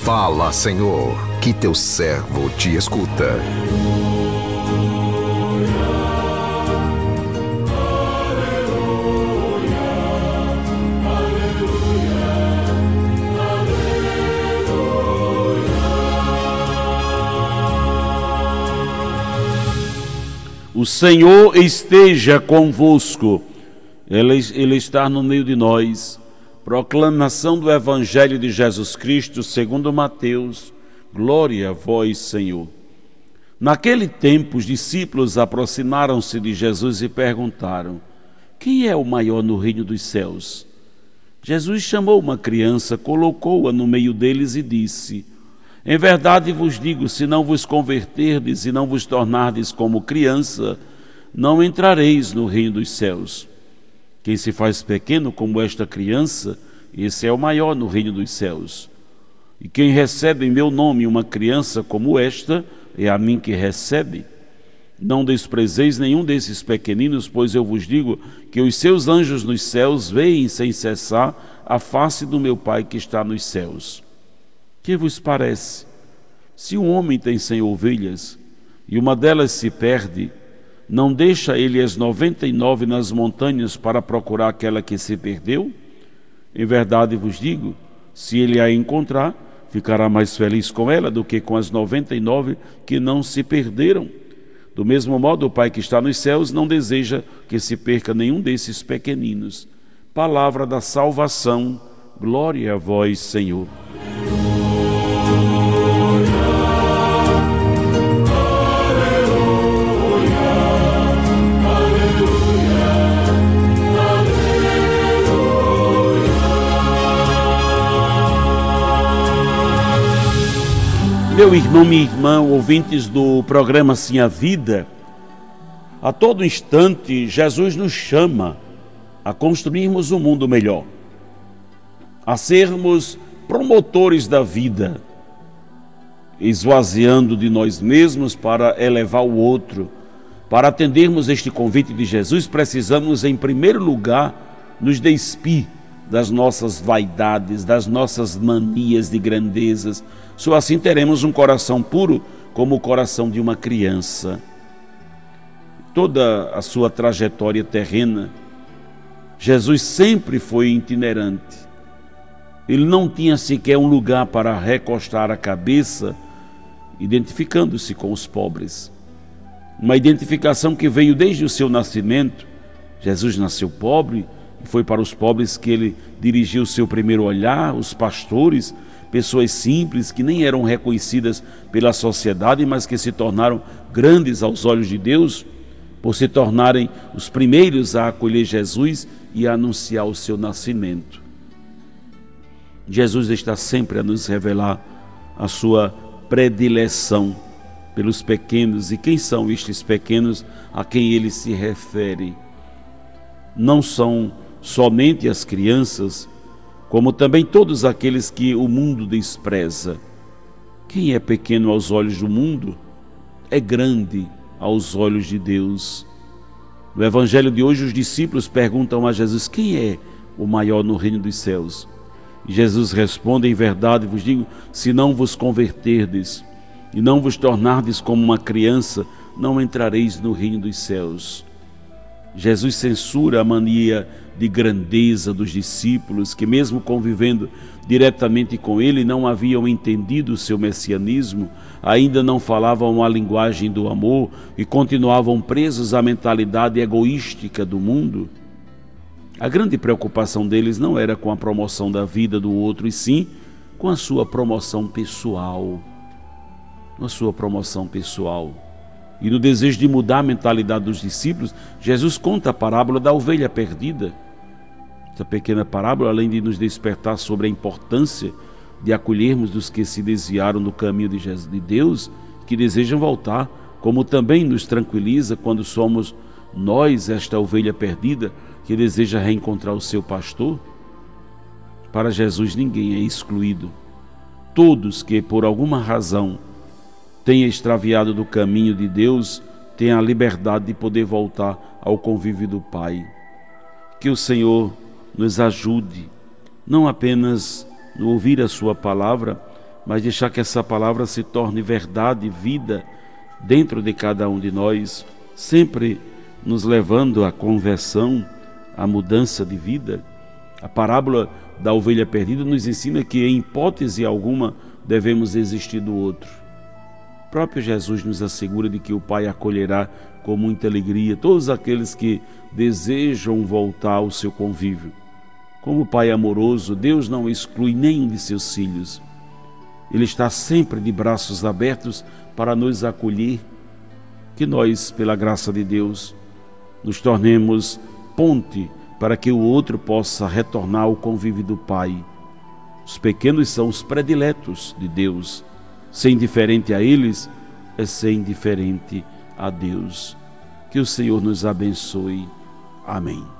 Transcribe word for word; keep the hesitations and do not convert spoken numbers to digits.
Fala, Senhor, que teu servo te escuta. O Senhor esteja convosco, Ele, Ele está no meio de nós. Proclamação do Evangelho de Jesus Cristo segundo Mateus. Glória a vós, Senhor. Naquele tempo, os discípulos aproximaram-se de Jesus e perguntaram: quem é o maior no reino dos céus? Jesus chamou uma criança, colocou-a no meio deles e disse: em verdade vos digo, se não vos converterdes e não vos tornardes como criança, não entrareis no reino dos céus. Quem se faz pequeno como esta criança, esse é o maior no reino dos céus. E quem recebe em meu nome uma criança como esta, é a mim que recebe. Não desprezeis nenhum desses pequeninos, pois eu vos digo que os seus anjos nos céus veem sem cessar a face do meu Pai que está nos céus. Que vos parece? Se um homem tem cem ovelhas e uma delas se perde, não deixa ele as noventa e nove nas montanhas para procurar aquela que se perdeu? Em verdade vos digo, se ele a encontrar, ficará mais feliz com ela do que com as noventa e nove que não se perderam. Do mesmo modo, o Pai que está nos céus não deseja que se perca nenhum desses pequeninos. Palavra da salvação, glória a vós, Senhor. Meu irmão, minha irmã, ouvintes do programa Sim a Vida, a todo instante Jesus nos chama a construirmos um mundo melhor, a sermos promotores da vida, esvaziando de nós mesmos para elevar o outro. Para atendermos este convite de Jesus, precisamos, em primeiro lugar, nos despir das nossas vaidades, das nossas manias de grandezas. Só assim teremos um coração puro como o coração de uma criança. Toda a sua trajetória terrena, Jesus sempre foi itinerante. Ele não tinha sequer um lugar para recostar a cabeça, identificando-se com os pobres. Uma identificação que veio desde o seu nascimento. Jesus nasceu pobre, e foi para os pobres que ele dirigiu o seu primeiro olhar, os pastores, pessoas simples que nem eram reconhecidas pela sociedade, mas que se tornaram grandes aos olhos de Deus, por se tornarem os primeiros a acolher Jesus e a anunciar o seu nascimento. Jesus está sempre a nos revelar a sua predileção pelos pequenos. E quem são estes pequenos a quem ele se refere? Não são somente as crianças, como também todos aqueles que o mundo despreza. Quem é pequeno aos olhos do mundo é grande aos olhos de Deus. No Evangelho de hoje, os discípulos perguntam a Jesus: quem é o maior no reino dos céus? E Jesus responde: em verdade vos digo, se não vos converterdes e não vos tornardes como uma criança, não entrareis no reino dos céus. Jesus censura a mania de grandeza dos discípulos, que mesmo convivendo diretamente com ele, não haviam entendido o seu messianismo, ainda não falavam a linguagem do amor e continuavam presos à mentalidade egoística do mundo. A grande preocupação deles não era com a promoção da vida do outro, e sim com a sua promoção pessoal. A sua promoção pessoal. E no desejo de mudar a mentalidade dos discípulos, Jesus conta a parábola da ovelha perdida. Essa pequena parábola, além de nos despertar sobre a importância de acolhermos os que se desviaram do caminho de, Jesus, de Deus, que desejam voltar, como também nos tranquiliza quando somos nós, esta ovelha perdida, que deseja reencontrar o seu pastor. Para Jesus ninguém é excluído. Todos que por alguma razão tenha extraviado do caminho de Deus, têm a liberdade de poder voltar ao convívio do Pai. Que o Senhor nos ajude, não apenas no ouvir a sua palavra, mas deixar que essa palavra se torne verdade e vida dentro de cada um de nós, sempre nos levando à conversão, à mudança de vida. A parábola da ovelha perdida nos ensina que, em hipótese alguma, devemos desistir do outro. O próprio Jesus nos assegura de que o Pai acolherá com muita alegria todos aqueles que desejam voltar ao seu convívio. Como Pai amoroso, Deus não exclui nenhum de seus filhos. Ele está sempre de braços abertos para nos acolher. Que nós, pela graça de Deus, nos tornemos ponte para que o outro possa retornar ao convívio do Pai. Os pequenos são os prediletos de Deus. Ser indiferente a eles é ser indiferente a Deus. Que o Senhor nos abençoe. Amém.